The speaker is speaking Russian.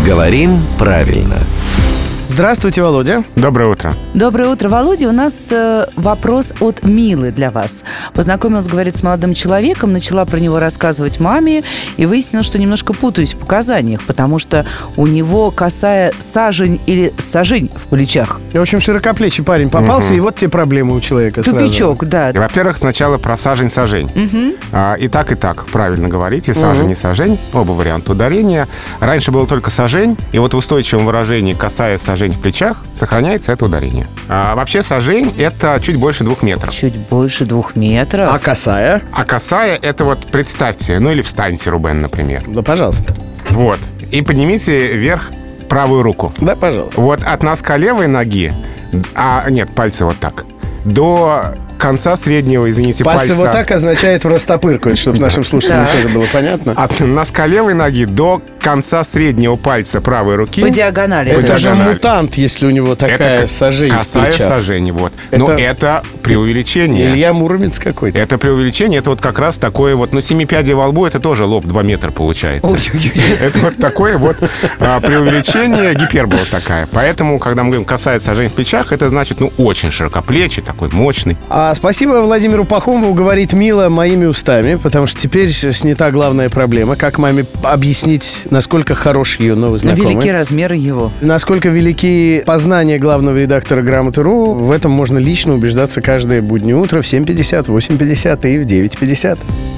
Говорим правильно. Здравствуйте, Володя. Доброе утро. Доброе утро, Володя. У нас вопрос от Милы для вас. Познакомилась, говорит, с молодым человеком, начала про него рассказывать маме и выяснила, что немножко путаюсь в показаниях, потому что у него косая сажень или сажень в плечах. В общем, широкоплечий парень попался, и вот те проблемы у человека сразу. Тупичок, да. И, во-первых, сначала про сажень. И так, правильно говорите. Сажень и сажень. Оба варианта ударения. Раньше было только сажень, и вот в устойчивом выражении «косая сажень в плечах» сохраняется это ударение. А вообще сажень — это чуть больше 2 метров. Чуть больше 2 метров. А косая? А косая — это вот представьте, ну или встаньте, Рубен, например. Да, пожалуйста. Вот. И поднимите вверх правую руку. Да, пожалуйста. Вот от носка левой ноги, нет, пальцы вот так, до конца среднего, извините, Пальцы вот так означает в растопырку, чтобы нашим слушателям тоже было понятно. От носка левой ноги до конца среднего пальца правой руки. По диагонали. Это же диагонали. мутант, если у него такая сажень в Косая плечах. сажень, вот. Но это преувеличение. Илья Муромец какой-то. Это преувеличение, это вот как раз такое вот, 7 пядей во лбу, это тоже лоб 2 метра получается. Это вот такое вот преувеличение, гипербола такая. Поэтому, когда мы говорим «косая сажень в плечах», это значит, очень широкоплечий, такой мощный. Спасибо Владимиру Пахомову, говорит Мила моими устами, потому что теперь снята главная проблема. Как маме объяснить, насколько хорош ее новый знакомый? Велики размеры его. Насколько велики познания главного редактора «Грамоты.ру», в этом можно лично убеждаться каждое буднее утро в 7:50, 8:50 и в 9:50.